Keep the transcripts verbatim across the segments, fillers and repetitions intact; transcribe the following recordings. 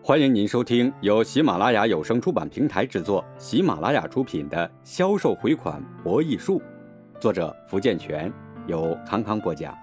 欢迎您收听由喜马拉雅有声出版平台制作、喜马拉雅出品的《销售回款博弈术》，作者福建泉，由康康播讲。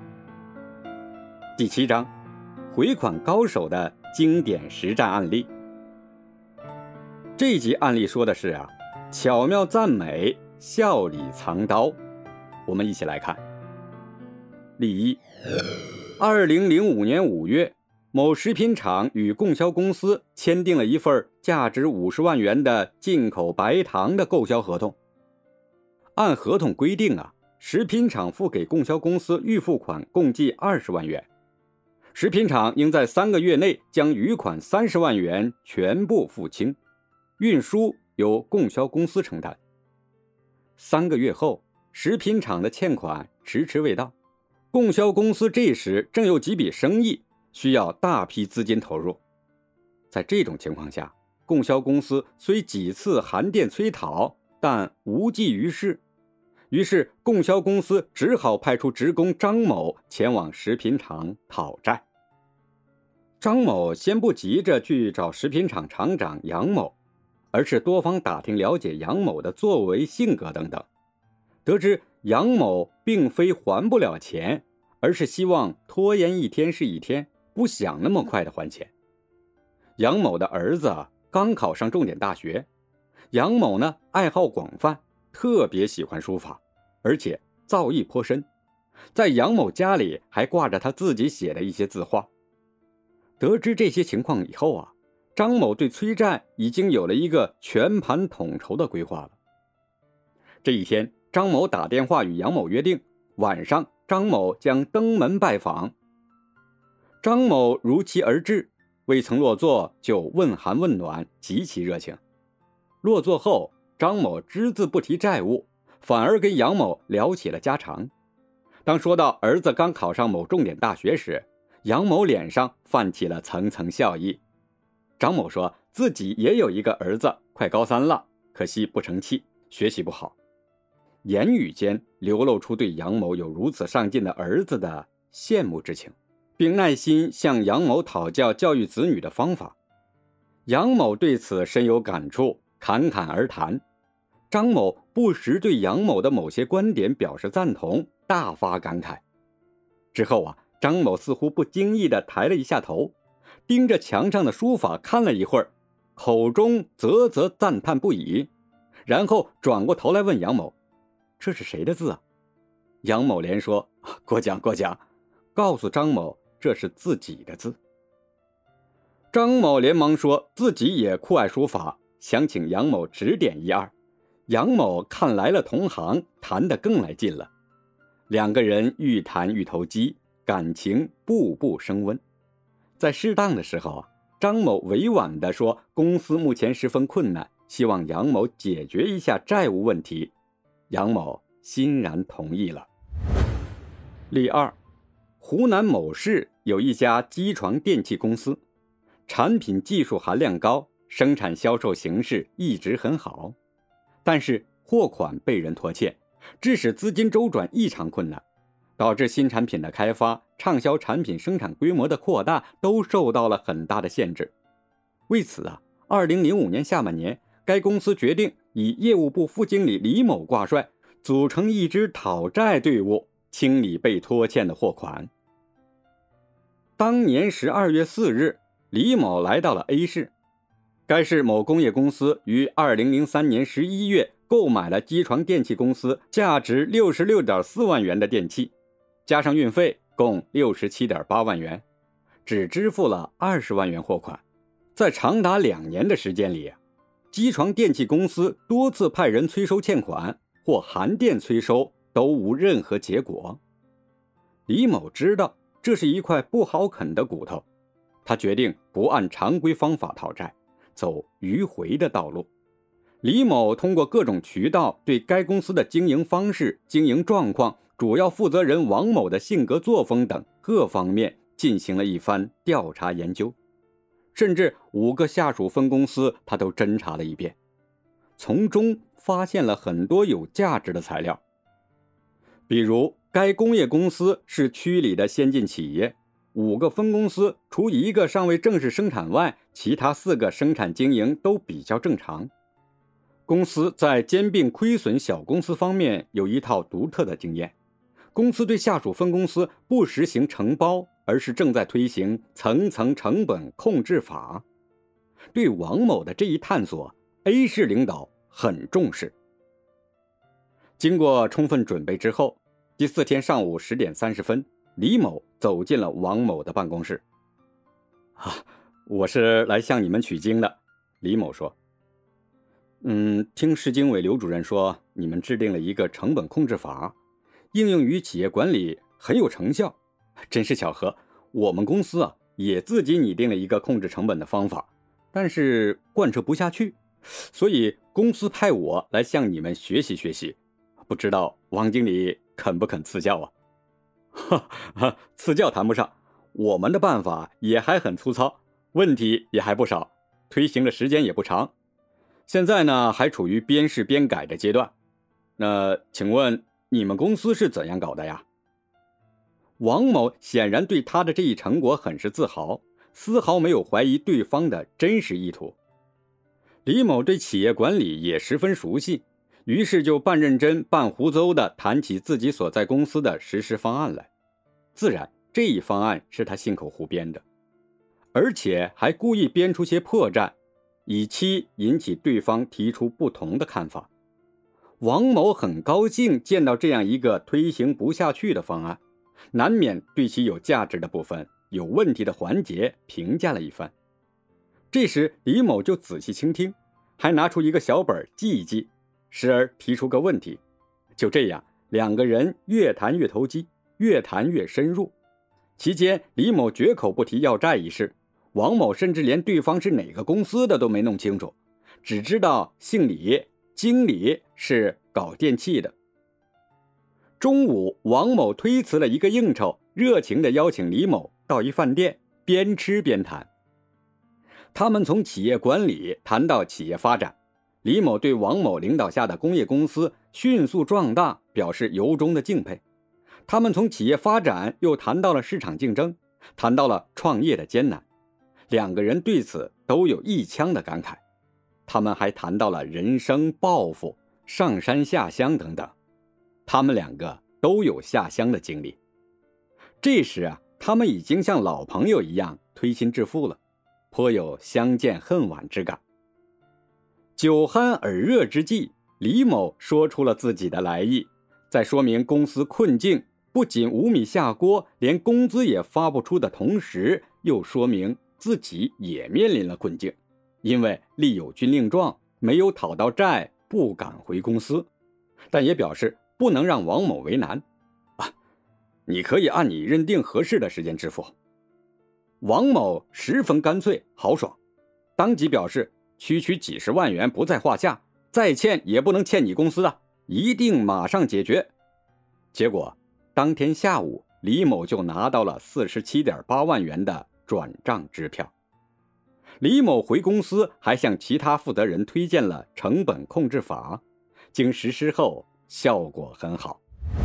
第七章，回款高手的经典实战案例。这一集案例说的是啊，巧妙赞美，笑里藏刀。我们一起来看。例一，二零零五年五月，某食品厂与供销公司签订了一份价值五十万元的进口白糖的购销合同。按合同规定啊，食品厂付给供销公司预付款共计二十万元，食品厂应在三个月内将余款三十万元全部付清，运输由供销公司承担。三个月后，食品厂的欠款迟迟未到，供销公司这时正有几笔生意需要大批资金投入。在这种情况下，供销公司虽几次函电催讨，但无济于事。于是供销公司只好派出职工张某前往食品厂讨债。张某先不急着去找食品厂厂长杨某，而是多方打听了解杨某的作为、性格等等，得知杨某并非还不了钱，而是希望拖延一天是一天，不想那么快的还钱。杨某的儿子刚考上重点大学，杨某呢爱好广泛，特别喜欢书法，而且造诣颇深，在杨某家里还挂着他自己写的一些字画。得知这些情况以后啊，张某对催债已经有了一个全盘统筹的规划了。这一天，张某打电话与杨某约定，晚上张某将登门拜访。张某如期而至，未曾落座就问寒问暖，极其热情。落座后，张某只字不提债务，反而跟杨某聊起了家常。当说到儿子刚考上某重点大学时，杨某脸上泛起了层层笑意。张某说自己也有一个儿子，快高三了，可惜不成器，学习不好。言语间流露出对杨某有如此上进的儿子的羡慕之情，并耐心向杨某讨教教育子女的方法。杨某对此深有感触，侃侃而谈。张某不时对杨某的某些观点表示赞同，大发感慨。之后啊，张某似乎不经意地抬了一下头，盯着墙上的书法看了一会儿，口中啧啧赞叹不已，然后转过头来问杨某：“这是谁的字啊？”杨某连说：“过奖过奖。”告诉张某这是自己的字。张某连忙说自己也酷爱书法，想请杨某指点一二。杨某看来了同行，谈得更来劲了。两个人愈谈愈投机，感情步步升温。在适当的时候啊，张某委婉地说公司目前十分困难，希望杨某解决一下债务问题。杨某欣然同意了。例二，湖南某市有一家机床电器公司，产品技术含量高，生产销售形势一直很好，但是货款被人拖欠，致使资金周转异常困难，导致新产品的开发、畅销产品生产规模的扩大都受到了很大的限制。为此啊，二零零五年下半年，该公司决定以业务部副经理李某挂帅，组成一支讨债队伍，清理被拖欠的货款。当年十二月四日，李某来到了 A 市。该市某工业公司于二零零三年十一月购买了机床电器公司价值 六十六点四万元的电器，加上运费共 六十七点八万元，只支付了二十万元货款。在长达两年的时间里，机床电器公司多次派人催收欠款或函电催收，都无任何结果。李某知道这是一块不好啃的骨头，他决定不按常规方法讨债，走迂回的道路。李某通过各种渠道对该公司的经营方式、经营状况、主要负责人王某的性格作风等各方面进行了一番调查研究，甚至五个下属分公司他都侦查了一遍，从中发现了很多有价值的材料。比如该工业公司是区里的先进企业， 五个分公司除一个尚未正式生产外，其他四个生产经营都比较正常。公司在兼并亏损小公司方面有一套独特的经验。公司对下属分公司不实行承包，而是正在推行层层成本控制法。对王某的这一探索， A 市领导很重视。经过充分准备之后，第四天上午十点三十分，李某走进了王某的办公室。啊，我是来向你们取经的，李某说。嗯，听市经委刘主任说，你们制定了一个成本控制法，应用于企业管理很有成效。真是巧合，我们公司啊也自己拟定了一个控制成本的方法，但是贯彻不下去，所以公司派我来向你们学习学习。不知道王经理肯不肯赐教啊？哈哈，赐教谈不上，我们的办法也还很粗糙，问题也还不少，推行的时间也不长。现在呢，还处于边试边改的阶段。那请问你们公司是怎样搞的呀？王某显然对他的这一成果很是自豪，丝毫没有怀疑对方的真实意图。李某对企业管理也十分熟悉，于是就半认真半胡诌地谈起自己所在公司的实施方案来。自然，这一方案是他信口胡编的，而且还故意编出些破绽，以期引起对方提出不同的看法。王某很高兴见到这样一个推行不下去的方案，难免对其有价值的部分、有问题的环节评价了一番。这时李某就仔细倾听，还拿出一个小本记一记，时而提出个问题。就这样，两个人越谈越投机，越谈越深入。期间李某绝口不提要债一事，王某甚至连对方是哪个公司的都没弄清楚，只知道姓李，经理是搞电器的。中午，王某推辞了一个应酬，热情地邀请李某到一饭店，边吃边谈。他们从企业管理谈到企业发展，李某对王某领导下的工业公司迅速壮大表示由衷的敬佩。他们从企业发展又谈到了市场竞争，谈到了创业的艰难，两个人对此都有一腔的感慨。他们还谈到了人生抱负、上山下乡等等，他们两个都有下乡的经历。这时啊，他们已经像老朋友一样推心置腹了，颇有相见恨晚之感。酒酣耳热之际，李某说出了自己的来意，在说明公司困境不仅无米下锅，连工资也发不出的同时，又说明自己也面临了困境，因为立有军令状，没有讨到债，不敢回公司。但也表示不能让王某为难啊，你可以按你认定合适的时间支付。王某十分干脆豪爽，当即表示区区几十万元不在话下，再欠也不能欠你公司的，一定马上解决。结果当天下午，李某就拿到了 四十七点八万元的转账支票。李某回公司还向其他负责人推荐了成本控制法，经实施后效果很好。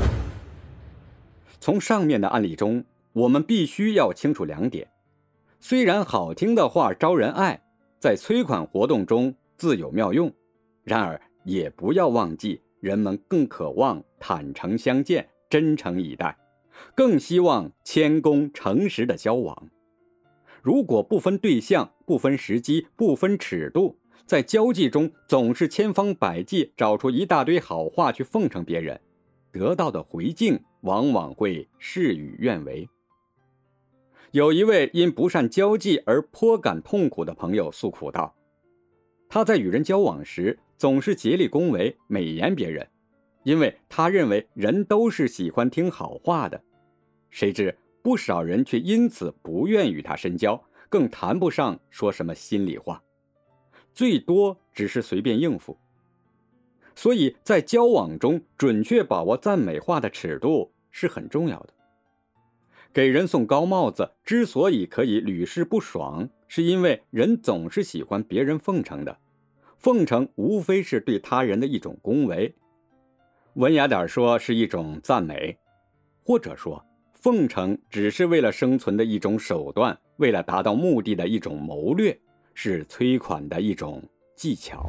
从上面的案例中，我们必须要清楚两点：虽然好听的话招人爱，在催款活动中自有妙用，然而也不要忘记，人们更渴望坦诚相见、真诚以待，更希望谦恭诚实的交往。如果不分对象、不分时机、不分尺度，在交际中总是千方百计找出一大堆好话去奉承别人，得到的回敬往往会事与愿违。有一位因不善交际而颇感痛苦的朋友诉苦道，他在与人交往时总是竭力恭维、美言别人，因为他认为人都是喜欢听好话的。谁知不少人却因此不愿与他深交，更谈不上说什么心里话，最多只是随便应付。所以在交往中准确把握赞美话的尺度是很重要的。给人送高帽子之所以可以屡试不爽，是因为人总是喜欢别人奉承的，奉承无非是对他人的一种恭维，文雅点说是一种赞美，或者说奉承只是为了生存的一种手段，为了达到目的的一种谋略，是催款的一种技巧。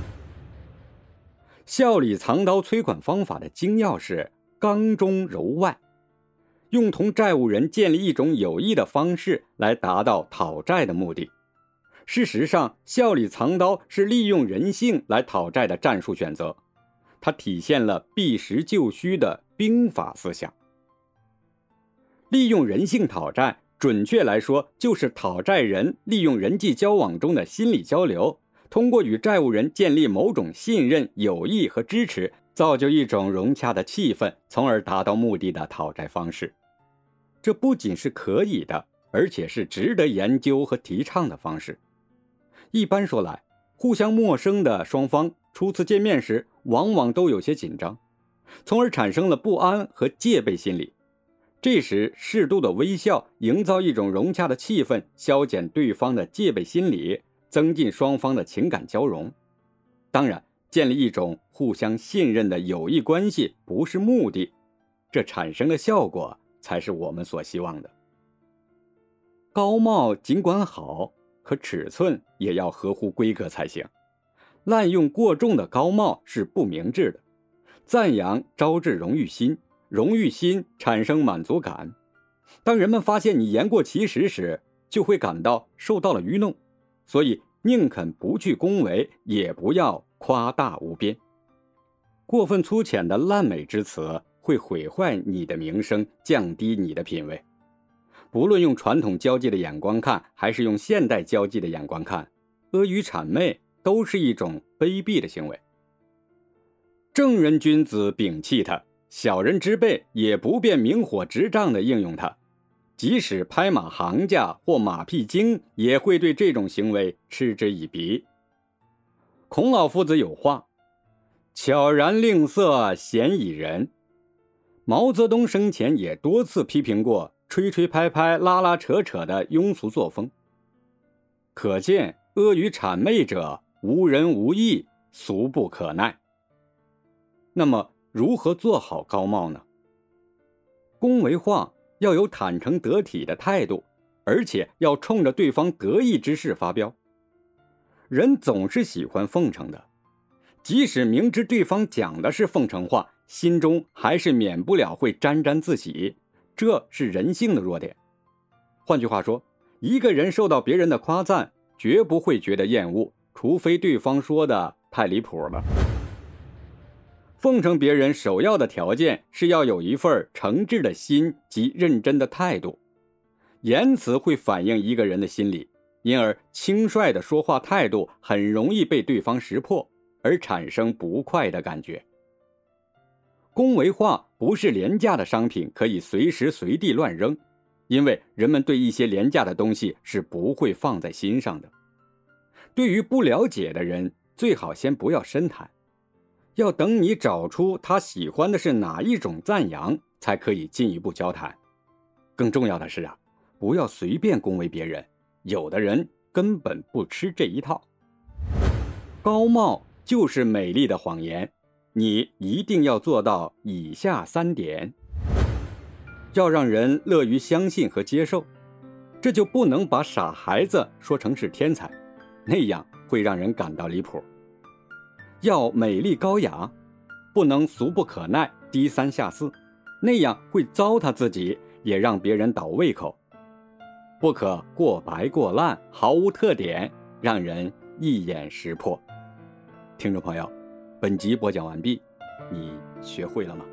笑里藏刀催款方法的精要是刚中柔外，用同债务人建立一种有益的方式来达到讨债的目的。事实上，笑里藏刀是利用人性来讨债的战术选择，它体现了避实就虚的兵法思想。利用人性讨债，准确来说，就是讨债人利用人际交往中的心理交流，通过与债务人建立某种信任、友谊和支持，造就一种融洽的气氛，从而达到目的的讨债方式。这不仅是可以的，而且是值得研究和提倡的方式。一般说来，互相陌生的双方初次见面时，往往都有些紧张，从而产生了不安和戒备心理。这时，适度的微笑，营造一种融洽的气氛，消减对方的戒备心理，增进双方的情感交融。当然，建立一种互相信任的友谊关系不是目的，这产生的效果才是我们所希望的。高帽尽管好，可尺寸也要合乎规格才行。滥用过重的高帽是不明智的。赞扬招致荣誉心，荣誉心产生满足感。当人们发现你言过其实时，就会感到受到了愚弄。所以宁肯不去恭维，也不要夸大无边。过分粗浅的烂美之词会毁坏你的名声，降低你的品位。不论用传统交际的眼光看，还是用现代交际的眼光看，阿谀谄媚都是一种卑鄙的行为。正人君子摒弃它，小人之辈也不便明火执仗地应用它。即使拍马行家或马屁精，也会对这种行为嗤之以鼻。孔老夫子有话：悄然吝啬，鲜矣仁。毛泽东生前也多次批评过吹吹拍拍、拉拉扯扯的庸俗作风。可见阿谀谄媚者无仁无义，俗不可耐。那么如何做好高帽呢？恭维话要有坦诚得体的态度，而且要冲着对方得意之事发飙。人总是喜欢奉承的，即使明知对方讲的是奉承话，心中还是免不了会沾沾自喜，这是人性的弱点。换句话说，一个人受到别人的夸赞，绝不会觉得厌恶，除非对方说的太离谱了。奉承别人首要的条件是要有一份诚挚的心及认真的态度。言辞会反映一个人的心理，因而轻率的说话态度很容易被对方识破，而产生不快的感觉。恭维话不是廉价的商品，可以随时随地乱扔，因为人们对一些廉价的东西是不会放在心上的。对于不了解的人，最好先不要深谈，要等你找出他喜欢的是哪一种赞扬，才可以进一步交谈。更重要的是啊，不要随便恭维别人，有的人根本不吃这一套。高帽就是美丽的谎言，你一定要做到以下三点：要让人乐于相信和接受，这就不能把傻孩子说成是天才，那样会让人感到离谱。要美丽高雅，不能俗不可耐、低三下四，那样会糟蹋自己，也让别人倒胃口。不可过白过烂，毫无特点，让人一眼识破。听众朋友，本集播讲完毕，你学会了吗？